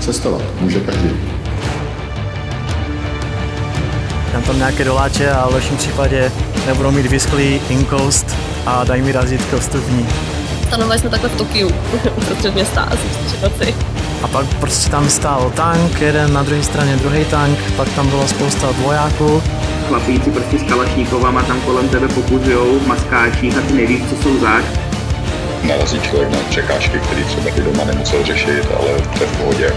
Cestovat může každý. Dám tam nějaké doláče a v lepším případě nebudou mít vysklý in-coast a dají mi razítko vstupní. Stanovali jsme takhle v Tokiu, uprostřed města, asi v noci. A pak prostě tam stál tank, jeden na druhé straně druhý tank, pak tam byla spousta vojáků. Chlapíci prostě s kalašníkovama tam kolem tebe pokuzujou v maskáčích a ty nevíš, co jsou zač. Narazí člověk na překážky, které třeba ty doma nemusel řešit, ale to je v pohodě.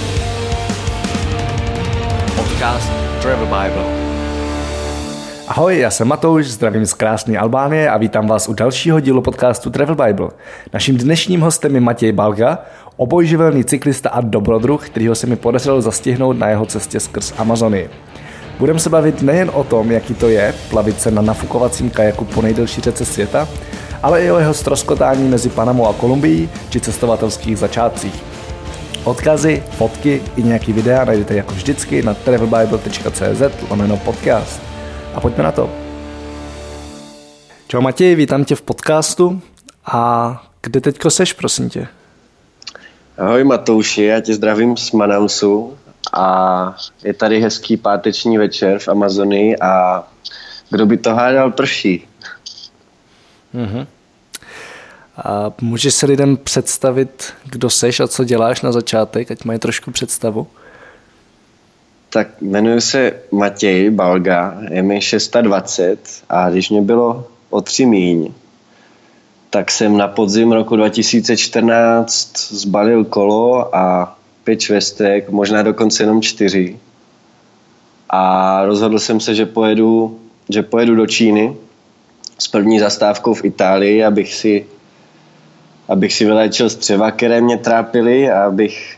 Podcast Travel Bible. Ahoj, já jsem Matouš, zdravím z krásné Albánie a vítám vás u dalšího dílu podcastu Travel Bible. Naším dnešním hostem je Matěj Balga, obojživelný cyklista a dobrodruh, kterýho se mi podařilo zastihnout na jeho cestě skrz Amazonii. Budeme se bavit nejen o tom, jaký to je plavit se na nafukovacím kajaku po nejdelší řece světa, ale i o jeho ztroskotání mezi Panamou a Kolumbií či cestovatelských začátcích. Odkazy, fotky i nějaký videa najdete jako vždycky na travelbible.cz/podcast. A pojďme na to. Čau Matěj, vítám tě v podcastu. A kde teďko seš, prosím tě? Ahoj Matouši, já tě zdravím z Manausu a je tady hezký páteční večer v Amazonii a kdo by to hádal, prší. Mhm. A můžeš se lidem představit, kdo seš a co děláš na začátek, ať mají trošku představu? Tak jmenuji se Matěj Balga, je mi 26 a když mě bylo o 3 míň, tak jsem na podzim roku 2014 zbalil kolo a 5 švestek, možná dokonce jenom 4. A rozhodl jsem se, že pojedu do Číny s první zastávkou v Itálii, abych si vyléčil střeva, které mě trápily a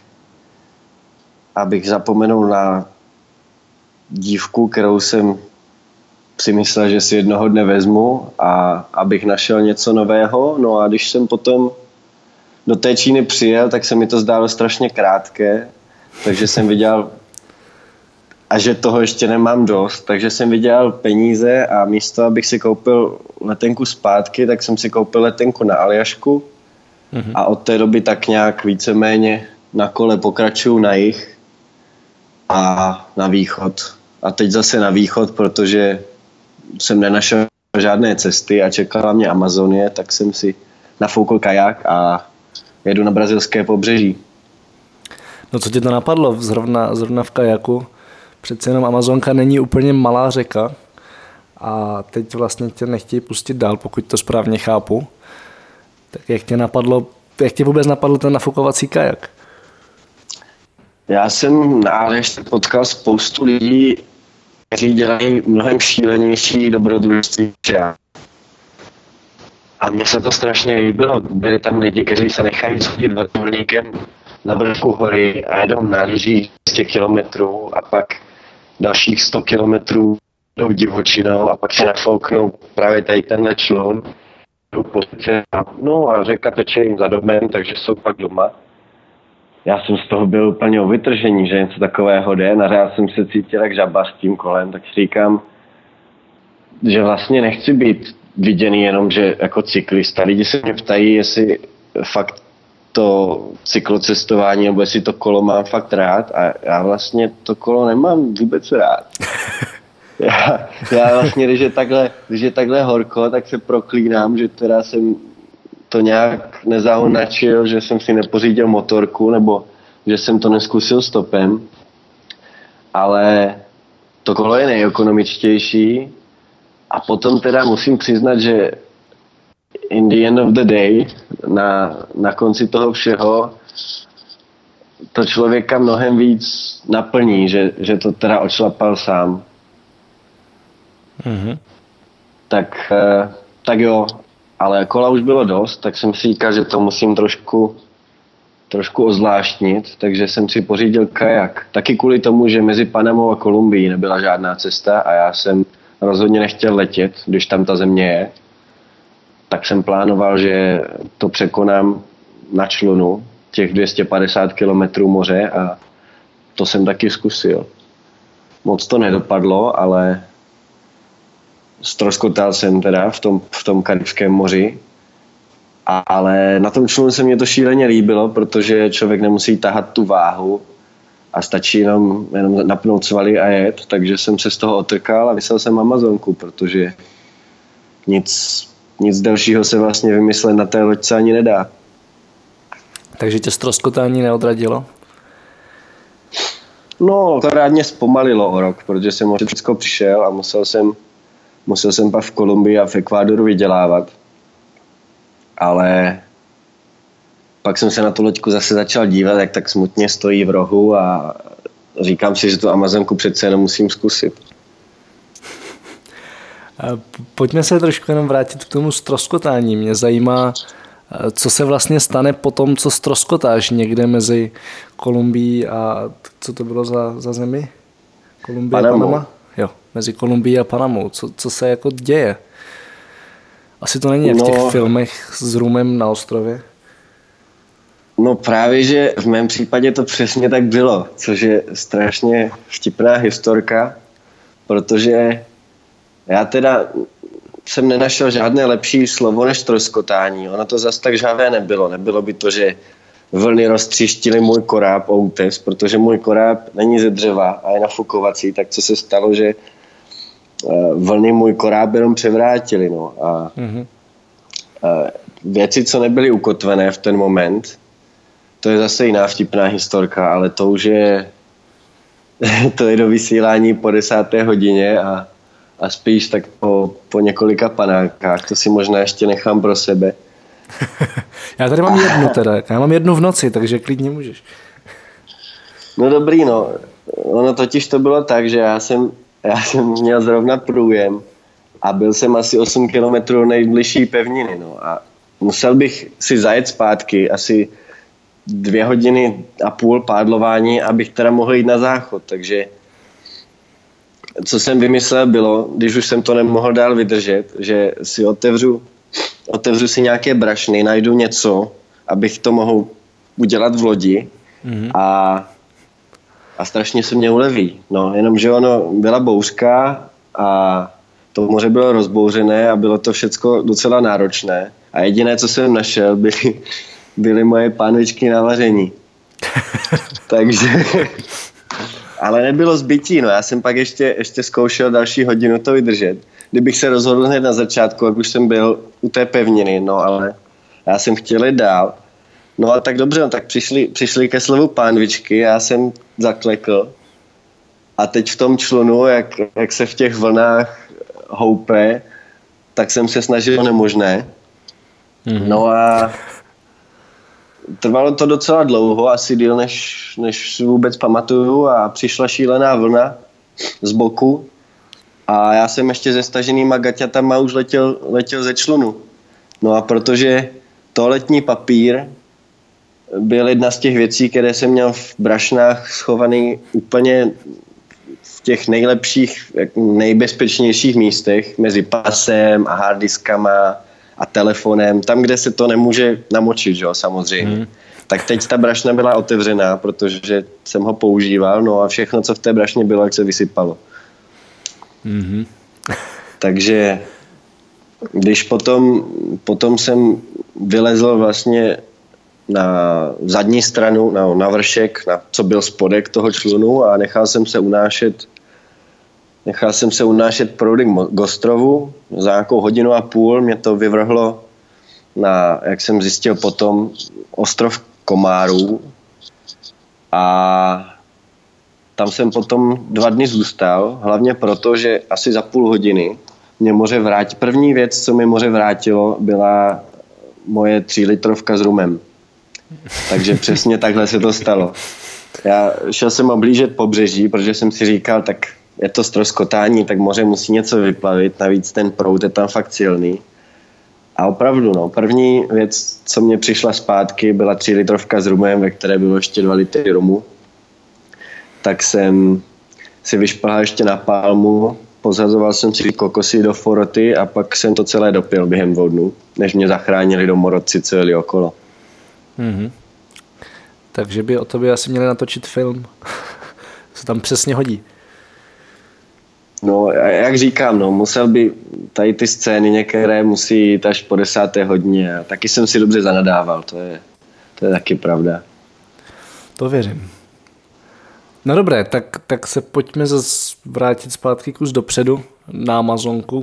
abych zapomenul na dívku, kterou jsem si myslel, že si jednoho dne vezmu a abych našel něco nového. No a když jsem potom do té Číny přijel, tak se mi to zdálo strašně krátké, takže jsem viděl, a že toho ještě nemám dost, takže jsem vydělal peníze a místo, abych si koupil letenku zpátky, tak jsem si koupil letenku na Aljašku a od té doby tak nějak víceméně na kole pokračuju na jih a na východ. A teď zase na východ, protože jsem nenašel žádné cesty a čekala mě Amazonie, tak jsem si nafoukl kajak a jedu na brazilské pobřeží. No co tě to napadlo zrovna v kajaku? Přece jenom Amazonka není úplně malá řeka a teď vlastně tě nechtějí pustit dál, pokud to správně chápu. Tak jak tě vůbec napadl ten nafukovací kajak? Já jsem na Aljašce potkal spoustu lidí, kteří dělají mnohem šílenější dobrodružství než já. A mně se to strašně líbilo. Byli tam lidi, kteří se nechají schodit vrtulníkem na vrchu hory a jedou na lyžích 200 kilometrů a pak dalších 100 kilometrů jdou divočinou a pak se nafouknou právě tady tenhle člun. No a řeka teče jim za domem, takže jsou pak doma. Já jsem z toho byl úplně o vytržení, že něco takového jde. Nařád jsem se cítil jak žaba s tím kolem, tak si říkám, že vlastně nechci být viděný jenom, že jako cyklista. Lidi se mě ptají, jestli fakt to cyklocestování nebo jestli to kolo mám fakt rád a já vlastně to kolo nemám vůbec rád. Já vlastně, když je takhle horko, tak se proklínám, že teda jsem to nějak nezahonačil, že jsem si nepořídil motorku nebo že jsem to neskusil stopem. Ale to kolo je nejekonomičtější a potom teda musím přiznat, že in the end of the day, na konci toho všeho, to člověka mnohem víc naplní, že to teda odšlapal sám. Mm-hmm. Tak jo, ale kola už bylo dost, tak jsem si říkal, že to musím trošku ozvláštnit, takže jsem si pořídil kajak. Taky kvůli tomu, že mezi Panamou a Kolumbií nebyla žádná cesta a já jsem rozhodně nechtěl letět, když tam ta země je. Tak jsem plánoval, že to překonám na člunu, těch 250 kilometrů moře a to jsem taky zkusil. Moc to nedopadlo, ale ztroskotal jsem teda v tom Karibském moři. Ale na tom člunu se mě to šíleně líbilo, protože člověk nemusí tahat tu váhu a stačí jenom napnout svaly a jet, takže jsem se z toho otrkal a vysel jsem Amazonku, protože nic dalšího se vlastně vymyslet na té loďce ani nedá. Takže tě ztroskotání neodradilo? No, akorát mě zpomalilo o rok, protože jsem o všechno přišel a musel jsem pak v Kolumbii a v Ekvádoru vydělávat. Ale pak jsem se na tu loďku zase začal dívat, jak tak smutně stojí v rohu a říkám si, že tu Amazonku přece jenom musím zkusit. Pojďme se trošku jenom vrátit k tomu ztroskotání. Mě zajímá, co se vlastně stane po tom, co ztroskotáš někde mezi Kolumbií a co to bylo za zemi? Kolumbie a Panama? Jo, mezi Kolumbií a Panamou. Co se jako děje? Asi to není jak v těch filmech s rumem na ostrově. No právě, že v mém případě to přesně tak bylo, což je strašně vtipná historka, protože já teda jsem nenašel žádné lepší slovo než ztroskotání. Ono to zas tak žádné nebylo. Nebylo by to, že vlny roztříštily můj koráb o útes, protože můj koráb není ze dřeva a je nafukovací, tak co se stalo, že vlny můj koráb jenom převrátily. No. A věci, co nebyly ukotvené v ten moment, to je zase jiná vtipná historka, ale to už je to je do vysílání po 10. hodině a spíš tak po několika panákách. To si možná ještě nechám pro sebe. Já tady mám jednu teda. Já mám jednu v noci, takže klidně můžeš. No dobrý, no. Ono totiž to bylo tak, že já jsem měl zrovna průjem a byl jsem asi 8 kilometrů nejbližší pevniny. No. A musel bych si zajet zpátky asi 2 hodiny a půl pádlování, abych teda mohl jít na záchod. Takže co jsem vymyslel bylo, když už jsem to nemohl dál vydržet, že si otevřu si nějaké brašny, najdu něco, abych to mohl udělat v lodi a strašně se mě uleví. No, jenomže ono byla bouřka a to moře bylo rozbouřené a bylo to všecko docela náročné. A jediné, co jsem našel, byly moje pánvičky na vaření. Takže... Ale nebylo zbytí, no já jsem pak ještě zkoušel další hodinu to vydržet. Kdybych se rozhodl hned na začátku, jak už jsem byl u té pevniny, no ale já jsem chtěl jít dál. No a tak dobře, no, tak přišli ke slovu pánvičky, já jsem zaklekl a teď v tom člunu, jak se v těch vlnách houpe, tak jsem se snažil nemožné. No a trvalo to docela dlouho, asi díl, než si vůbec pamatuju a přišla šílená vlna z boku a já jsem ještě se staženýma gaťatama už letěl ze člunu. No a protože toaletní papír byl jedna z těch věcí, které jsem měl v brašnách schovaný úplně v těch nejlepších, nejbezpečnějších místech mezi pasem a harddiskama a telefonem, tam, kde se to nemůže namočit, že jo, samozřejmě. Tak teď ta brašna byla otevřená, protože jsem ho používal, no a všechno, co v té brašně bylo, jak se vysypalo. Takže když potom jsem vylezl vlastně na zadní stranu, na vršek, co byl spodek toho člunu a nechal jsem se unášet proudem k ostrovu. Za nějakou hodinu a půl mě to vyvrhlo na, jak jsem zjistil potom, ostrov Komárů. A tam jsem potom 2 dny zůstal, hlavně proto, že asi za půl hodiny mě moře vrátilo. První věc, co mi moře vrátilo, byla moje 3-litrovka s rumem. Takže přesně takhle se to stalo. Já šel jsem oblížet pobřeží, protože jsem si říkal, tak je to ztroskotání, tak moře musí něco vyplavit, navíc ten proud je tam fakt silný. A opravdu, no, první věc, co mě přišla zpátky, byla 3-litrovka s rumem, ve které bylo ještě 2 litry rumu. Tak jsem si vyšplhal ještě na palmu, pozhazoval jsem si kokosy do foroty a pak jsem to celé dopil během 2 dnů, než mě zachránili domorodci, co jeli okolo. Takže by o tobě asi měli natočit film. Se tam přesně hodí. No, jak říkám, no, musel by tady ty scény některé musí jít až po 10. hodině a taky jsem si dobře zanadával, to je taky pravda. To věřím. No dobré, tak se pojďme zase vrátit zpátky kus dopředu na Amazonku.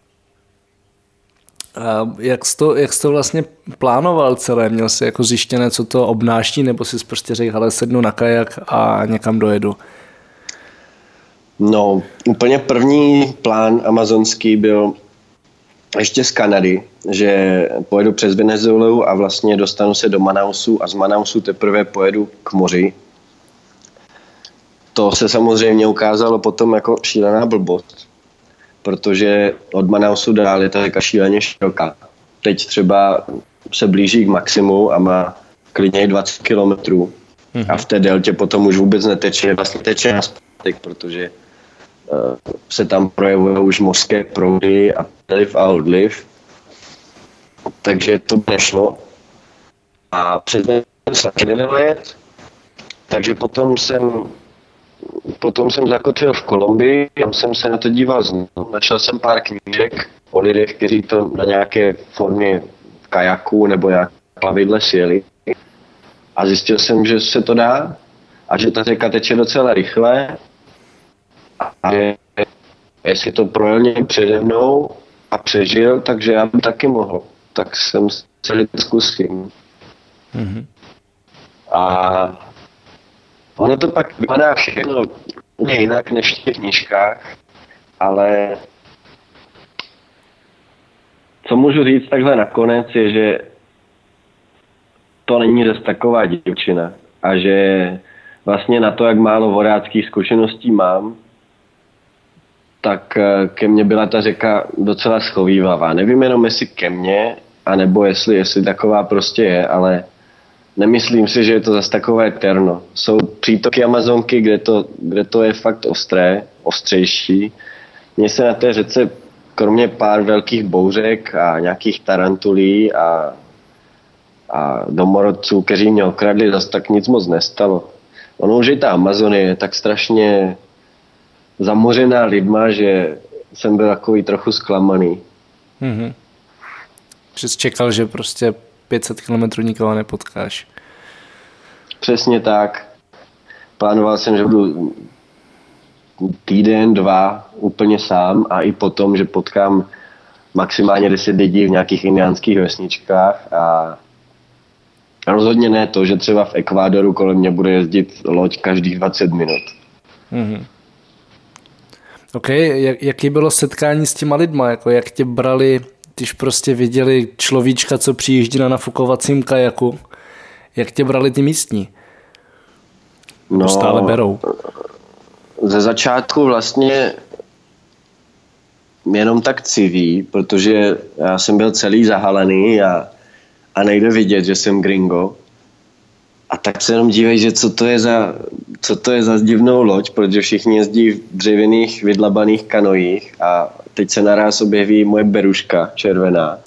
Jak jsi to vlastně plánoval celé? Měl jsi jako zjištěné, co to obnáší, nebo jsi prostě řekl, ale sednu na kajak a někam dojedu? No, úplně první plán amazonský byl ještě z Kanady, že pojedu přes Venezuelu a vlastně dostanu se do Manausu a z Manausu teprve pojedu k moři. To se samozřejmě ukázalo potom jako šílená blbost, protože od Manausu dál je ta řeka šíleně široká. Teď třeba se blíží k maximu a má klidně 20 kilometrů. A v té deltě potom už vůbec neteče, vlastně teče nazpátek, protože se tam projevují už mořské proudy a příliv a odliv. Takže to nešlo. A předtím se taky nebylo jet. Takže potom jsem zakotvil v Kolumbii, tam jsem se na to díval znovu. Našel jsem pár knížek o lidech, kteří to na nějaké formě kajaku nebo nějaké plavidle sjeli. A zjistil jsem, že se to dá a že ta řeka teče docela rychle. A jestli to projel někdo přede mnou a přežil, takže já bych taky mohl. Tak jsem celý zkusím. A ono to pak vypadá všechno jinak než v těch knížkách, ale co můžu říct takhle nakonec je, že to není zase taková divočina a že vlastně na to, jak málo vodáckých zkušeností mám, tak ke mně byla ta řeka docela schovívavá. Nevím jenom, jestli ke mně, anebo jestli taková prostě je, ale nemyslím si, že je to zase takové terno. Jsou přítoky Amazonky, kde to je fakt ostřejší. Mně se na té řece, kromě pár velkých bouřek a nějakých tarantulí a domorodců, kteří mě okradli, zase tak nic moc nestalo. Ono už i ta Amazonie je tak strašně zamořená lidma, že jsem byl takový trochu zklamaný. Že jsi čekal, že prostě 500 kilometrů nikoho nepotkáš. Přesně tak. Plánoval jsem, že budu týden, 2 úplně sám a i potom, že potkám maximálně 10 lidí v nějakých indiánských vesničkách a rozhodně ne to, že třeba v Ekvádoru kolem mě bude jezdit loď každých 20 minut. OK, jaký bylo setkání s těma lidma? Jako jak tě brali, když prostě viděli človíčka, co přijíždí na nafukovacím kajaku? Jak tě brali ty místní? No, stále berou? Ze začátku vlastně jenom tak civí, protože já jsem byl celý zahalený a nejde vidět, že jsem gringo. A tak se jenom dívají, že co to je za divnou loď, protože všichni jezdí v dřevěných vydlabaných kanojích a teď se naraz objeví moje beruška červená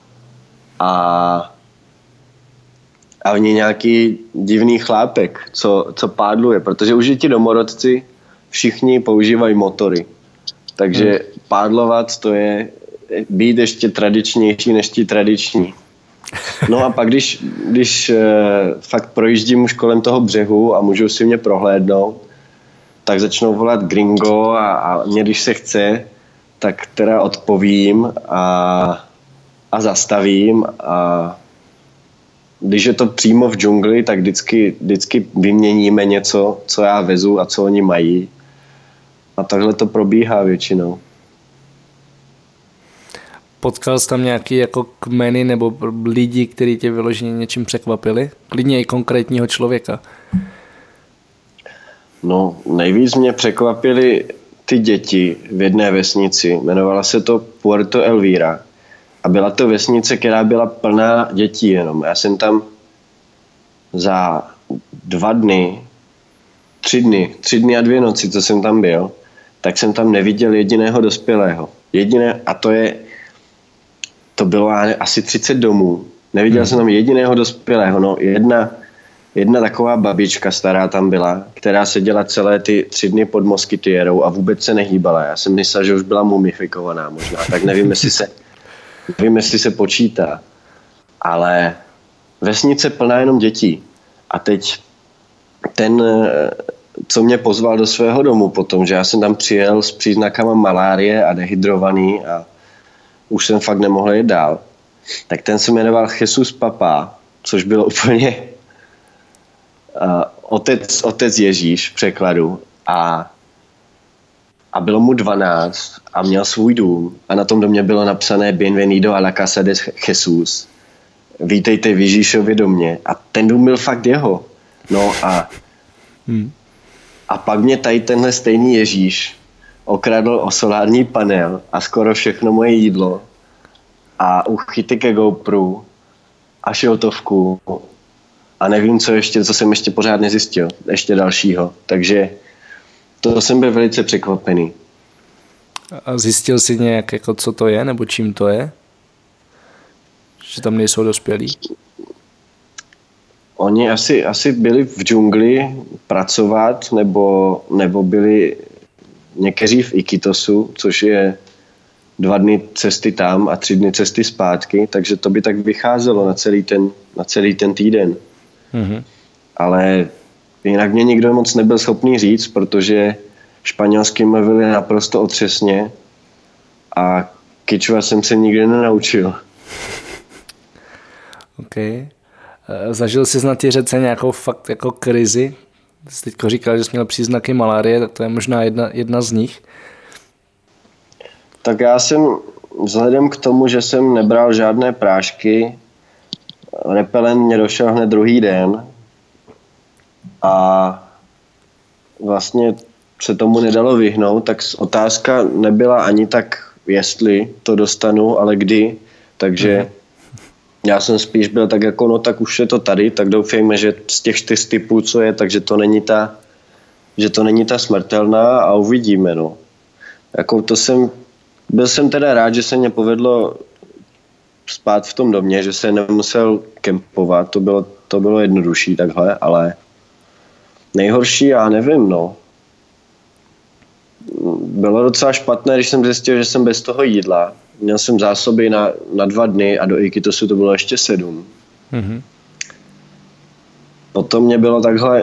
a oni nějaký divný chlápek, co pádluje, protože už i ti domorodci všichni používají motory. Takže pádlovat to je být ještě tradičnější než ti tradiční. No a pak, když fakt projíždím už kolem toho břehu a můžou si mě prohlédnout, tak začnou volat gringo a mě, když se chce, tak teda odpovím a zastavím a když je to přímo v džungli, tak vždycky vyměníme něco, co já vezu a co oni mají. A takhle to probíhá většinou. Potkal jsi tam nějaký jako kmeny nebo lidi, kteří tě vyloženě něčím překvapili? Klidně i konkrétního člověka. No, nejvíc mě překvapily ty děti v jedné vesnici. Jmenovala se to Puerto Elvira. A byla to vesnice, která byla plná dětí jenom. Já jsem tam za 2 dny, 3 dny a 2 noci, co jsem tam byl, tak jsem tam neviděl jediného dospělého. A to bylo asi 30 domů. Neviděl jsem tam jediného dospělého. No, jedna taková babička stará tam byla, která seděla celé ty 3 dny pod moskytiérou a vůbec se nehýbala. Já jsem myslel, že už byla mumifikovaná možná, tak nevím, jestli se počítá. Ale vesnice plná jenom dětí. A teď co mě pozval do svého domu potom, že já jsem tam přijel s příznakama malárie a dehydrovaný a už jsem fakt nemohl jít dál. Tak ten se jmenoval Jesus Papa, což bylo úplně otec Ježíš v překladu a bylo mu 12 a měl svůj dům a na tom domě bylo napsané Bienvenido a la casa de Jesus. Vítejte v Ježíšově domě. A ten dům byl fakt jeho. No a pak mě tady tenhle stejný Ježíš okradl o solární panel a skoro všechno moje jídlo a uchyty ke GoPru a šiltovku a nevím, co jsem ještě pořád nezjistil, ještě dalšího. Takže to jsem byl velice překvapený. A zjistil jsi nějak, jako co to je, nebo čím to je? Že tam nejsou dospělí? Oni asi byli v džungli pracovat, nebo byli někteří v Iquitosu, což je 2 dny cesty tam a 3 dny cesty zpátky, takže to by tak vycházelo na celý ten týden. Mm-hmm. Ale jinak mě nikdo moc nebyl schopný říct, protože španělsky mluvili naprosto otřesně a kičva jsem se nikdy nenaučil. OK. Zažil jsi na té řece nějakou fakt jako krizi? Jsi teďko říkal, že jsi měl příznaky malárie, tak to je možná jedna z nich. Tak já jsem vzhledem k tomu, že jsem nebral žádné prášky, repelent mě došel hned druhý den a vlastně se tomu nedalo vyhnout, tak otázka nebyla ani tak, jestli to dostanu, ale kdy, takže já jsem spíš byl tak jako, no tak už je to tady, tak doufejme, že z těch 4 typů, co je, takže to není ta smrtelná a uvidíme, no. Jako byl jsem teda rád, že se mě povedlo spát v tom domě, že se nemusel kempovat, to bylo jednodušší takhle, ale nejhorší, já nevím, no. Bylo docela špatné, když jsem zjistil, že jsem bez toho jídla. Měl jsem zásoby na 2 dny a do Iquitosu to bylo ještě 7. Mm-hmm. Potom mě bylo takhle...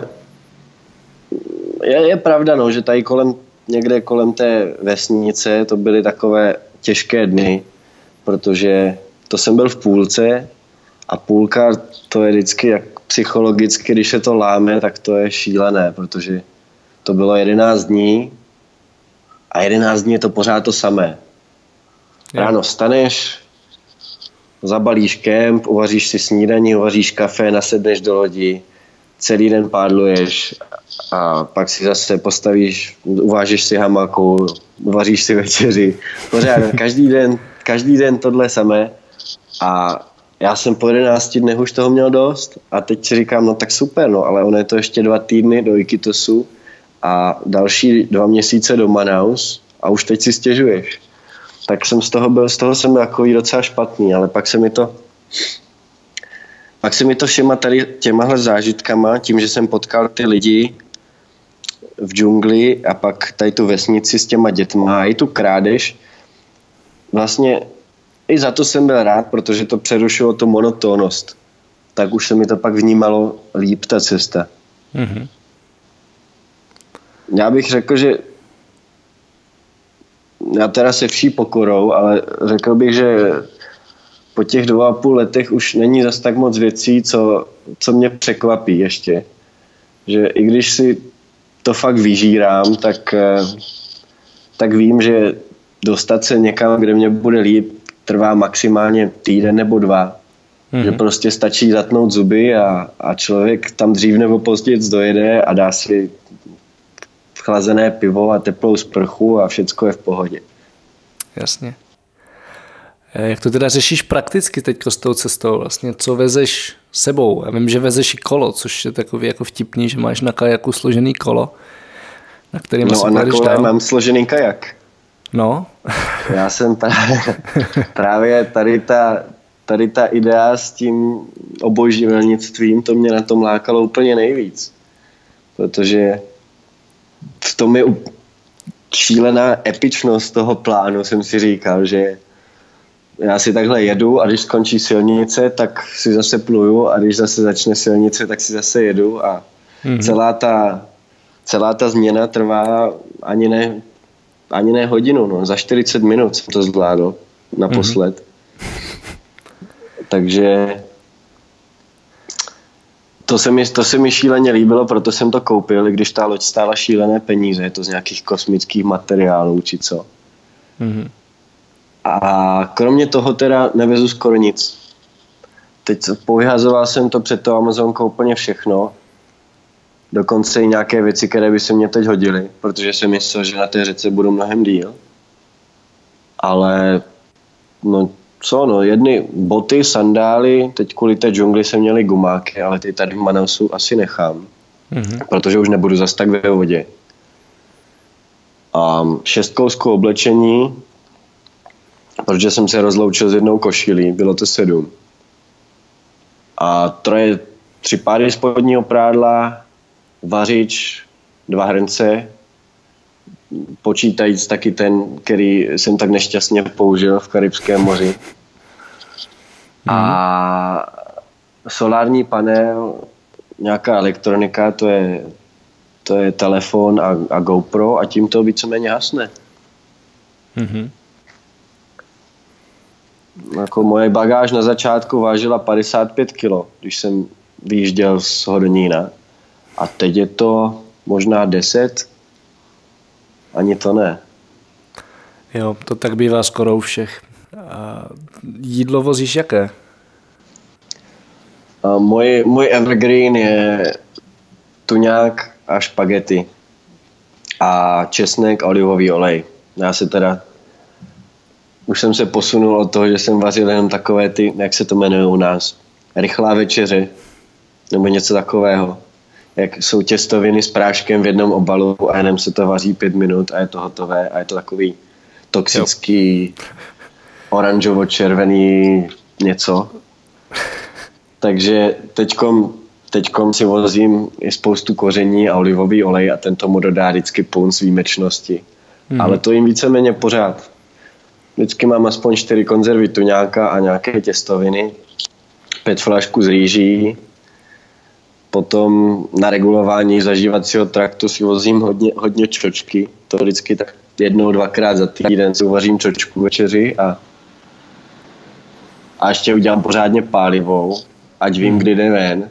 Je pravda, no, že tady někde kolem té vesnice to byly takové těžké dny, protože to jsem byl v půlce a půlka to je vždycky jak psychologicky, když se to láme, tak to je šílené, protože to bylo 11 dní a 11 dní je to pořád to samé. Ráno vstaneš, zabalíš kemp, uvaříš si snídaní, uvaříš kafe, nasedneš do lodi, celý den pádluješ a pak si zase postavíš, uvážíš si hamaku, uvaříš si večeři. Pořád, každý den tohle samé a já jsem po 11 dnech už toho měl dost a teď si říkám, no tak super, no, ale ono je to ještě 2 týdny do Iquitosu a další 2 měsíce do Manaus a už teď si stěžuješ. Tak jsem z toho jsem byl jako docela špatný, ale pak se mi to všema tady těmahle zážitkama, tím, že jsem potkal ty lidi v džungli a pak tady tu vesnici s těma dětma a i tu krádež, vlastně i za to jsem byl rád, protože to přerušilo tu monotónnost. Tak už se mi to pak vnímalo líp ta cesta. Mm-hmm. Já bych řekl, že já teda se vší pokorou, ale řekl bych, že po těch 2,5 letech už není zas tak moc věcí, co mě překvapí ještě. Že i když si to fakt vyžírám, tak vím, že dostat se někam, kde mě bude líp, trvá maximálně týden nebo 2. Mm-hmm. Že prostě stačí zatnout zuby a člověk tam dřív nebo později dojede a dá si chlazené pivo a teplou sprchu a všecko je v pohodě. Jasně. Jak to teda řešíš prakticky teďko s tou cestou? Vlastně co vezeš sebou? Já vím, že vezeš i kolo, což je takový jako vtipný, že máš na kajaku složený kolo, na kterým no a na kole mám složený kajak. No. Já jsem právě tady ta idea s tím obojživelnictvím, to mě na tom lákalo úplně nejvíc. Protože v tom je šílená epičnost toho plánu, jsem si říkal, že já si takhle jedu a když skončí silnice, tak si zase pluju a když zase začne silnice, tak si zase jedu a celá ta změna trvá ani ne hodinu, no. Za 40 minut jsem to zvládl naposled. Takže to se mi šíleně líbilo, proto jsem to koupil, když ta loď stála šílené peníze, je to z nějakých kosmických materiálů, či co. A kromě toho teda nevezu skoro nic. Teď povyhazoval jsem to před tou Amazonkou úplně všechno, dokonce i nějaké věci, které by se mě teď hodily, protože jsem myslel, že na té řece budu mnohem díl. Ale jedny boty, sandály, teď kvůli té džungli jsem měli gumáky, ale ty tady v Manausu asi nechám, protože už nebudu zas tak ve vodě. A 6 kousků oblečení, protože jsem se rozloučil s jednou košilí, bylo to 7. A 3 páry spodního prádla, vařič, 2 hrnce, počítajíc taky ten, který jsem tak nešťastně použil v Karibském moři. A solární panel, nějaká elektronika, to je telefon a GoPro a tím to víceméně hasne. Jako moje bagáž na začátku vážila 55 kg, když jsem vyjížděl z Hodonína. A teď je to možná 10, ani to ne. Jo, to tak bývá skoro u všech. A jídlo vozíš jaké? Můj evergreen je tuňák a špagety a česnek a olivový olej. Už jsem se posunul od toho, že jsem vařil jenom takové ty, jak se to jmenuje u nás, rychlá večeře, nebo něco takového. Jak jsou těstoviny s práškem v jednom obalu a jenom se to vaří 5 minut a je to hotové a je to takový toxický oranžovo-červený něco. Takže teďkom si vozím i spoustu koření a olivový olej a ten tomu dodá vždycky punc výjimečnosti. Ale to jim víceméně pořád. Vždycky mám aspoň 4 konzervy tuňáka a nějaké těstoviny, 5 flašku z rýží. Potom na regulování zažívacího traktu si vozím hodně čočky. To vždycky tak 1-2krát za týden si uvařím čočku večeři a ještě udělám pořádně pálivou, ať vím, kdy jde ven.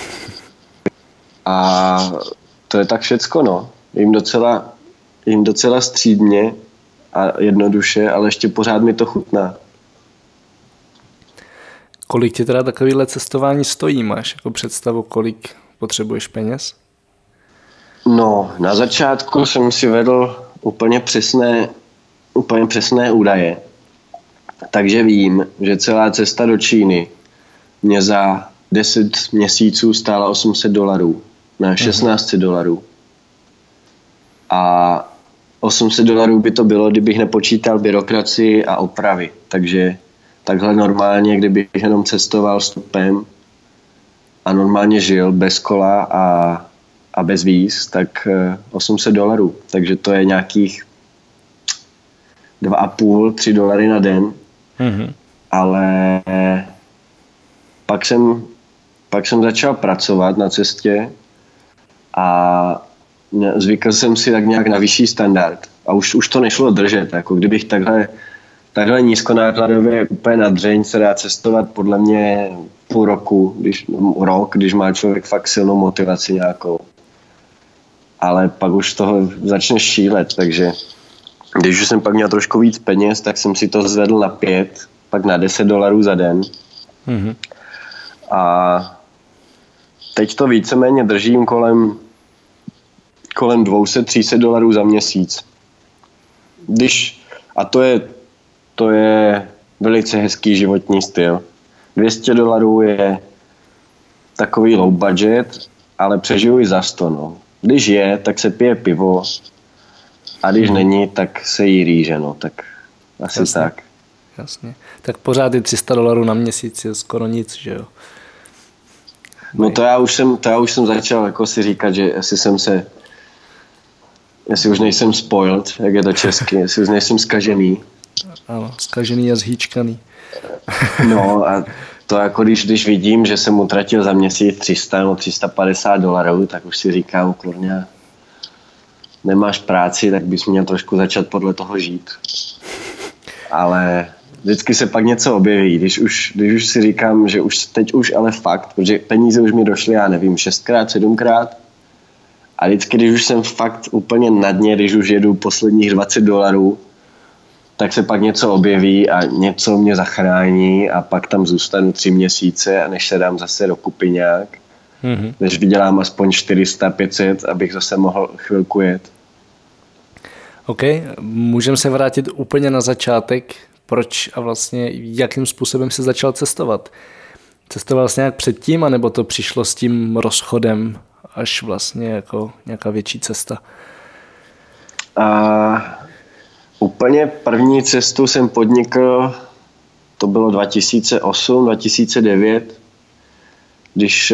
A to je tak všecko, no. Jím docela střídně a jednoduše, ale ještě pořád mi to chutná. Kolik ti teda takovýhle cestování stojí? Máš jako představu, kolik potřebuješ peněz? No, na začátku jsem si vedl úplně přesné údaje. Takže vím, že celá cesta do Číny mě za 10 měsíců stála $800 na $1600. A $800 by to bylo, kdybych nepočítal byrokracii a opravy. Takže takhle normálně, kdybych jenom cestoval vstupem a normálně žil bez kola a bez víz, tak $800. Takže to je nějakých $2,5–3 na den. Ale pak jsem začal pracovat na cestě a zvykl jsem si tak nějak na vyšší standard. A už to nešlo držet. Jako kdybych takhle nízkonákladově úplně na dřeň se dá cestovat podle mě půl roku, když má člověk fakt silnou motivaci nějakou. Ale pak už toho začne šílet, takže když už jsem pak měl trošku víc peněz, tak jsem si to zvedl na 5, pak na $10 za den. A teď to víceméně držím kolem $200–300 za měsíc. A to je velice hezký životní styl. $200 je takový low budget, ale přežiju i za 100. No. Když je, tak se pije pivo a když není, tak se jí rýže. No. Tak asi jasně, tak. Jasně. Tak pořád je $300 na měsíc je skoro nic, že jo? No to já už jsem začal jako si říkat, že jestli už nejsem spoiled, jak je to česky, jestli už nejsem zkažený. Ano, zkažený a zhýčkaný. No a to jako když vidím, že jsem utratil za měsíc $300 nebo $350, tak už si říkám, kurňa, nemáš práci, tak bys měl trošku začat podle toho žít. Ale vždycky se pak něco objeví, když už si říkám, že už teď už ale fakt, protože peníze už mi došly, já nevím, 6x, 7x. A vždycky, když už jsem fakt úplně na dně, když už jedu posledních $20, tak se pak něco objeví a něco mě zachrání a pak tam zůstanu 3 měsíce a než se dám zase dokupy nějak, než vydělám aspoň 400, 500, abych zase mohl chvilku jet. OK, můžeme se vrátit úplně na začátek. Proč a vlastně jakým způsobem se začal cestovat? Cestoval jsi nějak předtím, anebo to přišlo s tím rozchodem až vlastně jako nějaká větší cesta? Úplně první cestu jsem podnikl, to bylo 2008, 2009, když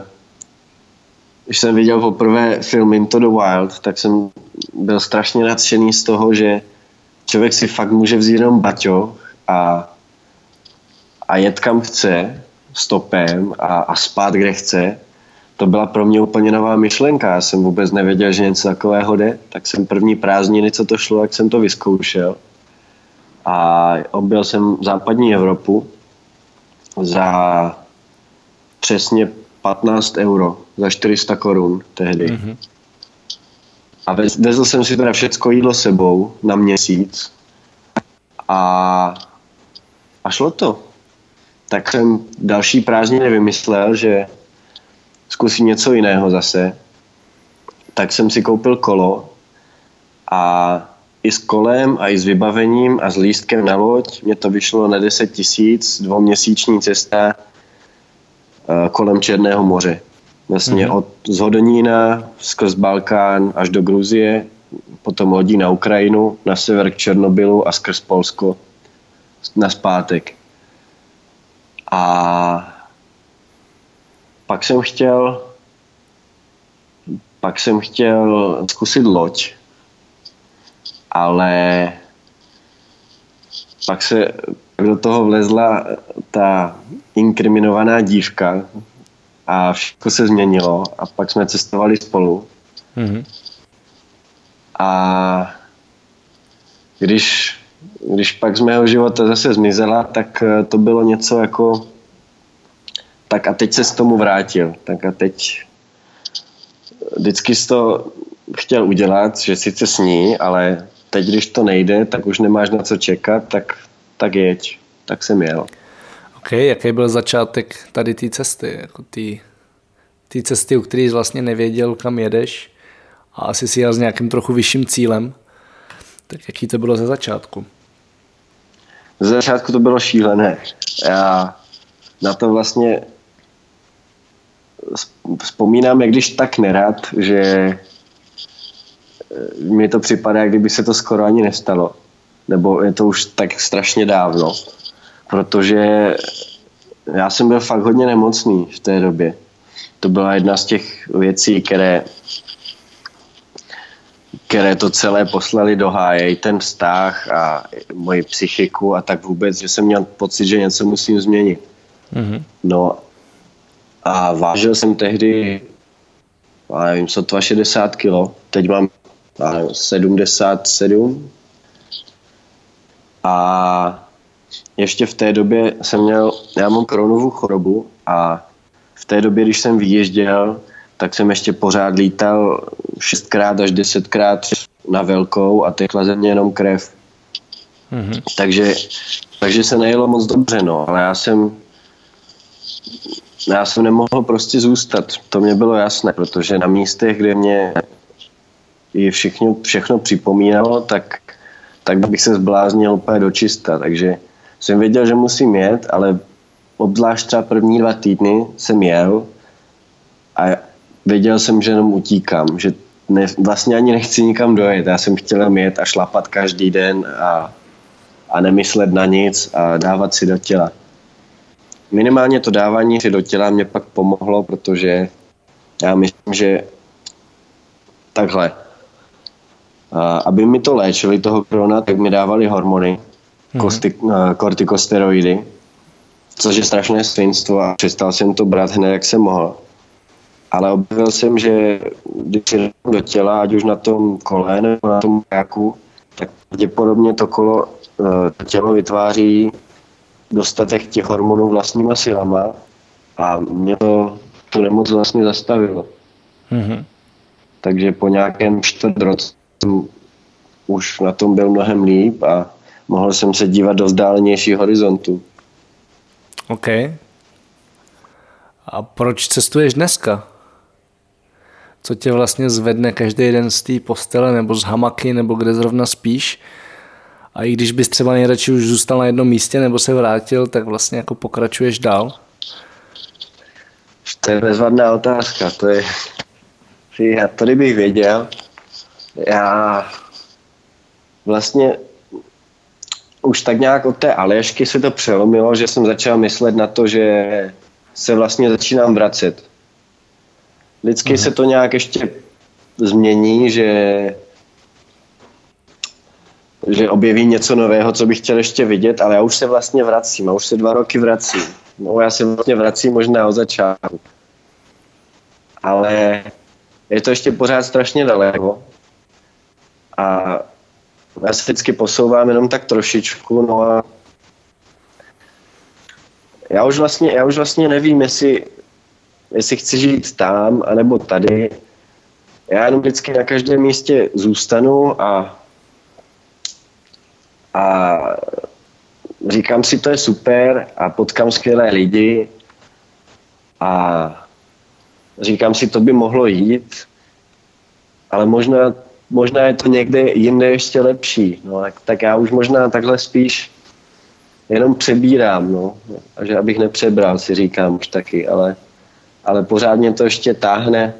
jsem viděl poprvé film Into the Wild, tak jsem byl strašně nadšený z toho, že člověk si fakt může vzít jenom baťoch a jet kam chce stopem a spát kde chce. To byla pro mě úplně nová myšlenka. Já jsem vůbec nevěděl, že něco takového jde. Tak jsem první prázdniny, co to šlo, tak jsem to vyzkoušel. A objel jsem západní Evropu za přesně 15 euro, za 400 korun tehdy. Mm-hmm. A vezl jsem si teda všecko jídlo sebou na měsíc a šlo to. Tak jsem další prázdniny vymyslel, že zkusím něco jiného zase. Tak jsem si koupil kolo a i s kolem a i s vybavením a s lístkem na loď mě to vyšlo na 10 000, 2měsíční cesta kolem Černého moře. Vlastně z Hodonína skrz Balkán až do Gruzie, potom lodí na Ukrajinu, na sever k Černobylu a skrz Polsko nazpátek. A pak jsem chtěl zkusit loď, ale pak do toho vlezla ta inkriminovaná dívka a všechno se změnilo a pak jsme cestovali spolu. Mm-hmm. A když pak z mého života zase zmizela, tak to bylo něco jako tak a teď se s tomu vrátil. Tak a teď vždycky jsi to chtěl udělat, že sice sní, ale teď, když to nejde, tak už nemáš na co čekat, tak jeď. Tak jsem jel. OK, jaký byl začátek tady té cesty? Jako té cesty, u které jsi vlastně nevěděl, kam jedeš a asi si jel s nějakým trochu vyšším cílem. Tak jaký to bylo ze začátku? Ze začátku to bylo šílené. Já na to vlastně vzpomínám, jak když tak nerad, že mi to připadá, jak kdyby se to skoro ani nestalo. Nebo je to už tak strašně dávno. Protože já jsem byl fakt hodně nemocný v té době. To byla jedna z těch věcí, které to celé poslali do háje. I ten vztah a moji psychiku a tak vůbec, že jsem měl pocit, že něco musím změnit. Mm-hmm. No a vážil jsem tehdy, nevím, sotva 60 kilo. Teď mám 77. A ještě v té době já mám Crohnovu chorobu a v té době, když jsem vyjížděl, tak jsem ještě pořád lítal 6x až 10x na velkou a tekla ze mě jenom krev. Mm-hmm. Takže se nejelo moc dobře, no, ale já jsem nemohl prostě zůstat. To mě bylo jasné, protože na místech, kde mě i všechno připomínalo, tak bych se zbláznil úplně do čista. Takže jsem věděl, že musím jet, ale obzvlášť třeba první 2 týdny jsem jel a věděl jsem, že jenom utíkám, že vlastně ani nechci nikam dojet. Já jsem chtěl jet a šlapat každý den a nemyslet na nic a dávat si do těla. Minimálně to dávání si do těla mě pak pomohlo, protože já myslím, že takhle. Aby mi to léčili toho Crohna, tak mi dávali hormony, kortikosteroidy, což je strašné svinstvo a přestal jsem to brát hned, jak jsem mohl. Ale objevil jsem, že když si do těla, ať už na tom kole nebo na tom kajaku, tak pravděpodobně to tělo vytváří dostatek těch hormonů vlastníma silama a mě to tu nemoc vlastně zastavilo. Mm-hmm. Takže po nějakém 4 roce už na tom byl mnohem líp a mohl jsem se dívat do vzdálenějších horizontů. OK. A proč cestuješ dneska? Co tě vlastně zvedne každý den z té postele nebo z hamaky nebo kde zrovna spíš? A i když bys třeba nejradši už zůstal na jednom místě nebo se vrátil, tak vlastně jako pokračuješ dál? To je bezvadná otázka. Já to kdybych věděl, já vlastně už tak nějak od té Aljašky se to přelomilo, že jsem začal myslet na to, že se vlastně začínám vracet. Vždycky se to nějak ještě změní, že objeví něco nového, co bych chtěl ještě vidět, ale já už se vlastně vracím, já už se 2 roky vracím. No, já se vlastně vracím možná od začátku. Ale je to ještě pořád strašně daleko. A já se vždycky posouvám jenom tak trošičku, no a já už vlastně nevím, jestli chci žít tam, anebo tady. Já jenom vždycky na každém místě zůstanu a říkám si, to je super a potkám skvělé lidi a říkám si, to by mohlo jít, ale možná je to někde jinde ještě lepší. No, tak já už možná takhle spíš jenom přebírám, no. A že abych nepřebral, si říkám už taky, ale pořád mě to ještě táhne.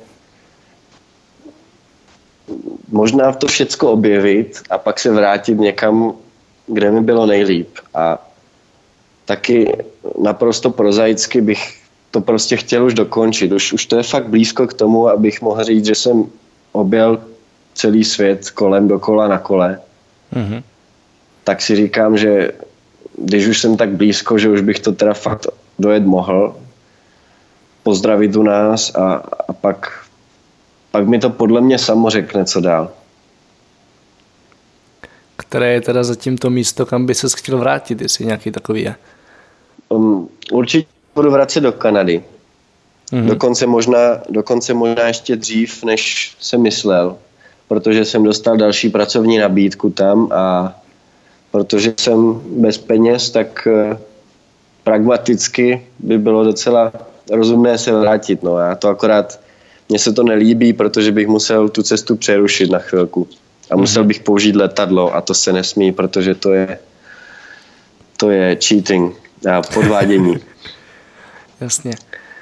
Možná to všecko objevit a pak se vrátit někam, kde mi bylo nejlíp. A taky naprosto prozaicky bych to prostě chtěl už dokončit. Už to je fakt blízko k tomu, abych mohl říct, že jsem objel celý svět kolem dokola na kole. Mm-hmm. Tak si říkám, že když už jsem tak blízko, že už bych to teda fakt dojet mohl, pozdravit u nás a pak mi to podle mě samo řekne, co dál. Které je teda zatím to místo, kam by ses chtěl vrátit, jestli nějaký takový je? Určitě budu vracet do Kanady. Mm-hmm. Dokonce možná ještě dřív, než jsem myslel, protože jsem dostal další pracovní nabídku tam a protože jsem bez peněz, tak pragmaticky by bylo docela rozumné se vrátit. No. Já to akorát, mně se to nelíbí, protože bych musel tu cestu přerušit na chvilku. A musel bych použít letadlo a to se nesmí, protože to je cheating a podvádění. Jasně.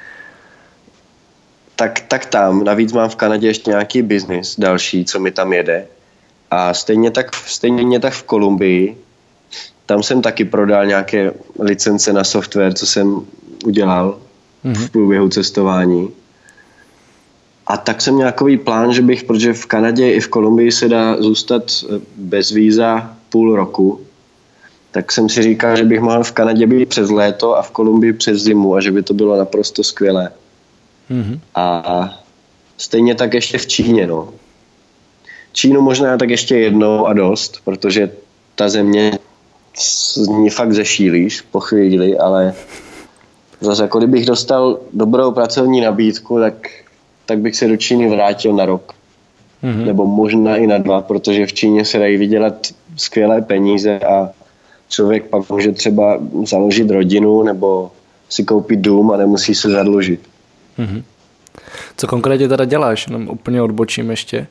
Tak tam, navíc mám v Kanadě ještě nějaký biznis další, co mi tam jede. A stejně tak v Kolumbii, tam jsem taky prodal nějaké licence na software, co jsem udělal v průběhu cestování. A tak jsem nějaký plán, že bych, protože v Kanadě i v Kolumbii se dá zůstat bez víza půl roku, tak jsem si říkal, že bych mohl v Kanadě být přes léto a v Kolumbii přes zimu a že by to bylo naprosto skvělé. Mm-hmm. A stejně tak ještě v Číně, no. Čínu možná tak ještě jednou a dost, protože ta země z ní fakt zešílíš po chvíli, ale zase jako kdybych dostal dobrou pracovní nabídku, tak bych se do Číny vrátil na rok. Mm-hmm. Nebo možná i na 2, protože v Číně se dají vydělat skvělé peníze a člověk pak může třeba založit rodinu nebo si koupit dům a nemusí se zadlužit. Mm-hmm. Co konkrétně teda děláš? Jenom úplně odbočím ještě.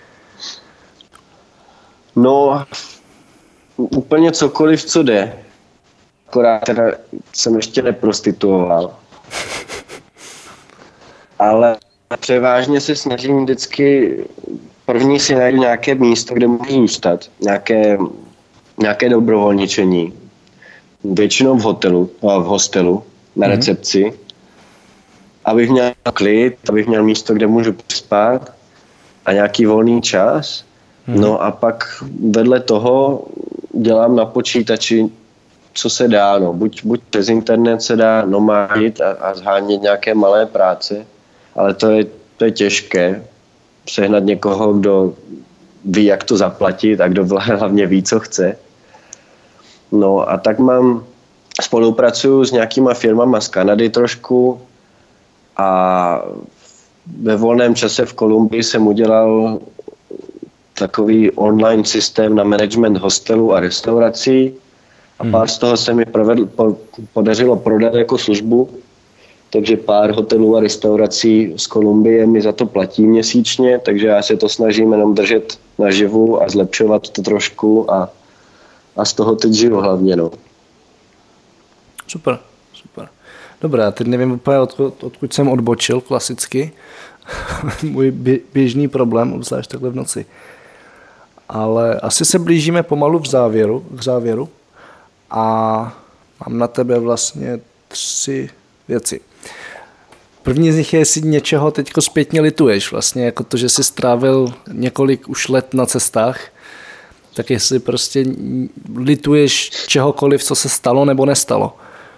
No, úplně cokoliv, co jde. Akorát teda jsem ještě neprostituoval. Ale převážně se snažím vždycky první si najít nějaké místo, kde můžu zůstat. Nějaké dobrovolničení. Většinou v hostelu, na recepci. Abych měl klid, abych měl místo, kde můžu spát a nějaký volný čas. No a pak vedle toho dělám na počítači, co se dá. No. Buď přes internet se dá nomádit a zhánět nějaké malé práce, ale to je těžké sehnat někoho, kdo ví, jak to zaplatit a kdo hlavně ví, co chce. No a tak spolupracuju s nějakýma firmama z Kanady trošku a ve volném čase v Kolumbii jsem udělal takový online systém na management hostelů a restaurací a pár z toho se mi podařilo prodat jako službu, takže pár hotelů a restaurací z Kolumbie mi za to platí měsíčně, takže já se to snažím jenom držet naživu a zlepšovat to trošku a z toho teď žiju hlavně. No. Super. Dobrá, teď nevím úplně, odkud jsem odbočil klasicky. Můj běžný problém, obzvlášť takhle v noci. Ale asi se blížíme pomalu k závěru a mám na tebe vlastně 3 věci. První z nich je, jestli něčeho teďko zpětně lituješ, vlastně jako to, že jsi strávil několik už let na cestách, tak jestli prostě lituješ čehokoliv, co se stalo nebo nestalo.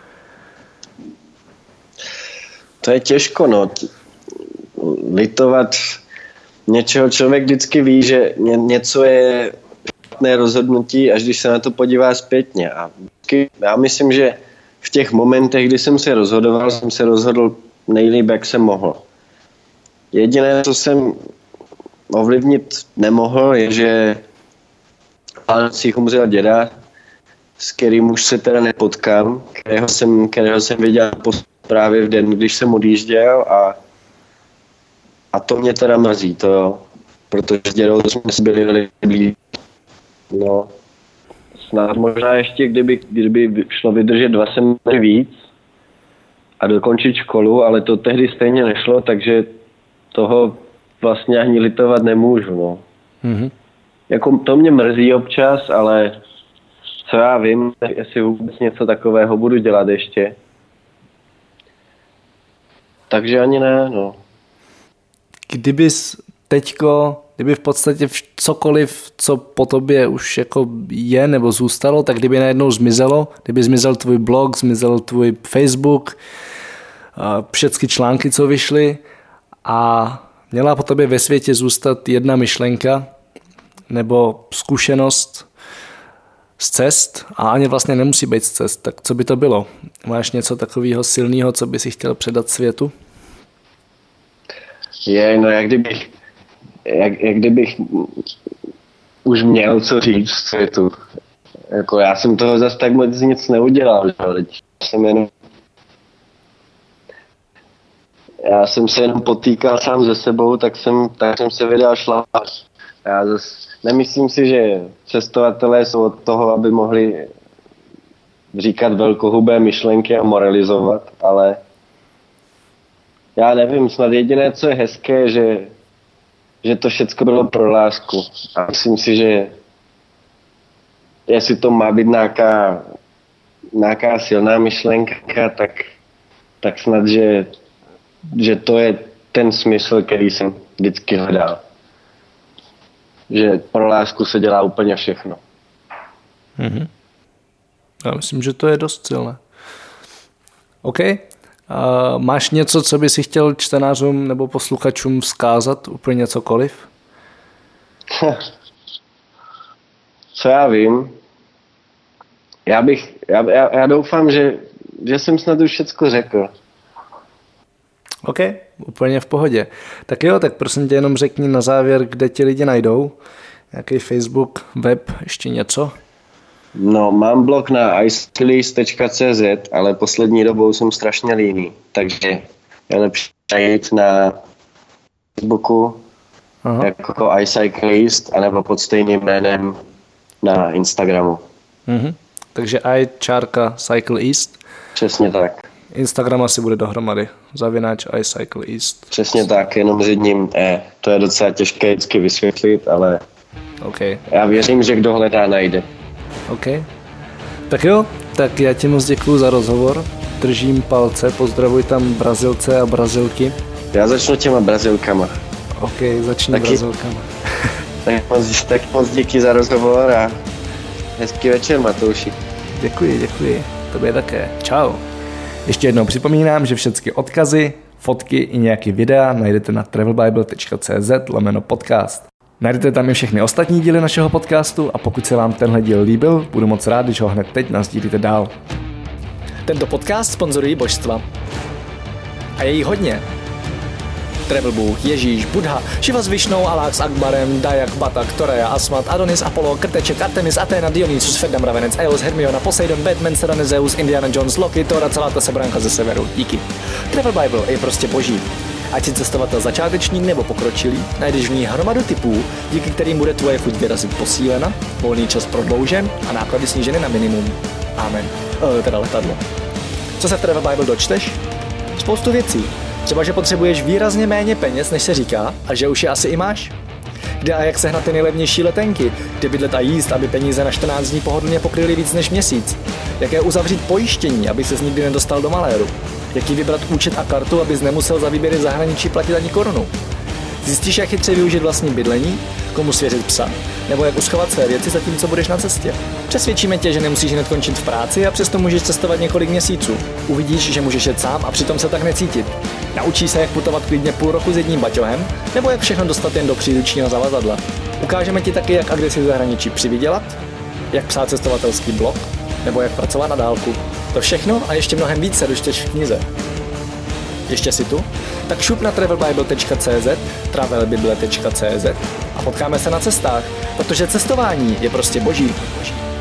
To je těžko, no. Litovat něčeho, člověk vždycky ví, že něco je špatné rozhodnutí, až když se na to podívá zpětně. A já myslím, že v těch momentech, kdy jsem se rozhodoval, jsem se rozhodl nejlíp, jak jsem mohl. Jediné, co jsem ovlivnit nemohl, je, že Vánocích umřel děda, s kterým už se teda nepotkám, kterého jsem viděl právě v den, když jsem odjížděl a to mě teda mrzí, to jo, protože s dědou jsme byli velmi blízcí. No, snad možná ještě, kdyby šlo vydržet 2 semestry víc a dokončit školu, ale to tehdy stejně nešlo, takže toho vlastně ani litovat nemůžu, no. Mm-hmm. Jako to mě mrzí občas, ale co já vím, jestli vůbec něco takového budu dělat ještě. Takže ani ne, no. Kdyby v podstatě cokoliv, co po tobě už jako je nebo zůstalo, tak kdyby najednou zmizelo, kdyby zmizel tvůj blog, zmizel tvůj Facebook, všechny články, co vyšly a měla po tobě ve světě zůstat jedna myšlenka nebo zkušenost z cest a ani vlastně nemusí být z cest, tak co by to bylo? Máš něco takového silného, co by si chtěl předat světu? No jak kdybych už měl co říct v světu. Jako já jsem toho zase tak moc nic neudělal. Já jsem se jenom potýkal sám se sebou, tak jsem se vydal šlapat. Já zase nemyslím si, že cestovatelé jsou od toho, aby mohli říkat velkohubé myšlenky a moralizovat, ale já nevím, snad jediné, co je hezké, že to všecko bylo pro lásku. A myslím si, že jestli to má být nějaká silná myšlenka, tak snad, že to je ten smysl, který jsem vždycky hledal. Že pro lásku se dělá úplně všechno. Mm-hmm. Já myslím, že to je dost silné. OK. Máš něco, co by si chtěl čtenářům nebo posluchačům vzkázat? Úplně cokoliv? Co já vím? Já doufám, že jsem snad už všecko řekl. OK, úplně v pohodě. Tak jo, tak prosím tě jenom řekni na závěr, kde ti lidi najdou. Nějaký Facebook, web, ještě něco? No, mám blog na icyclist.cz, ale poslední dobou jsem strašně líný, takže já lepší najít na Facebooku jako iCyclist, anebo pod stejným jménem na Instagramu. Mm-hmm. Takže iCyclist. Přesně tak. Instagram asi bude dohromady. @iCyclist. Přesně tak, jenom s jedním E. To je docela těžké vždycky vysvětlit, ale okay. Já věřím, že kdo hledá, najde. OK. Tak jo, tak já ti moc děkuju za rozhovor. Držím palce, pozdravuj tam Brazilce a Brazilky. Já začnu těma Brazilkama. OK, začni Brazilkama. Tak moc díky za rozhovor a hezký večer, Matouši. Děkuji. Tobě také. Čau. Ještě jednou připomínám, že všechny odkazy, Fotky i nějaký videa najdete na travelbible.cz/podcast. Najdete tam i všechny ostatní díly našeho podcastu a pokud se vám tenhle díl líbil, budu moc rád, když ho hned teď nasdílíte dál. Tento podcast sponzorují božstva. A je jí hodně. Travel Bůh, Ježíš, Buddha, Šiva s Višnou, Alák s Akbarem, Dajak, Batak, Toreja, Asmat, Adonis, Apollo, Krteček, Artemis, Athena, Dionysus, Ferdam, Ravenec, Eos, Hermiona, Poseidon, Batman, Serena, Zeus, Indiana Jones, Loki, Thor a celá ta sebranka ze severu. Díky. Travel Bible je prostě boží. Ať si cestovatel začáteční nebo pokročilý, najdeš v ní hromadu typů, díky kterým bude tvoje chuť vyrazit posílena, volný čas prodloužen a náklady sníženy na minimum. Amen. Teda letadlo. Co se v Travel Bible dočteš? Spoustu věcí. Třeba, že potřebuješ výrazně méně peněz, než se říká, a že už je asi i máš. Kde a jak sehnat ty nejlevnější letenky, kde bydlet a jíst, aby peníze na 14 dní pohodlně pokryly víc než měsíc. Jaké uzavřít pojištění, aby ses nikdy nedostal do maléru. Jaký vybrat účet a kartu, abys nemusel za výběry v zahraničí platit ani korunu. Zjistíš, jak chytře využít vlastní bydlení, komu svěřit psa, nebo jak uschovat své věci zatímco budeš na cestě. Přesvědčíme tě, že nemusíš hned končit v práci a přesto můžeš cestovat několik měsíců. Uvidíš, že můžeš jet sám a přitom se tak necítit. Naučíš se, jak putovat klidně půl roku s jedním baťohem, nebo jak všechno dostat jen do příručního zavazadla. Ukážeme ti taky, jak a kde si v zahraničí přivydělat, jak psát cestovatelský blog, nebo jak pracovat na dálku. To všechno a ještě mnohem víc se dočteš v knize. Ještě si tu? Tak šup na travelbible.cz, travelbible.cz a potkáme se na cestách, protože cestování je prostě boží.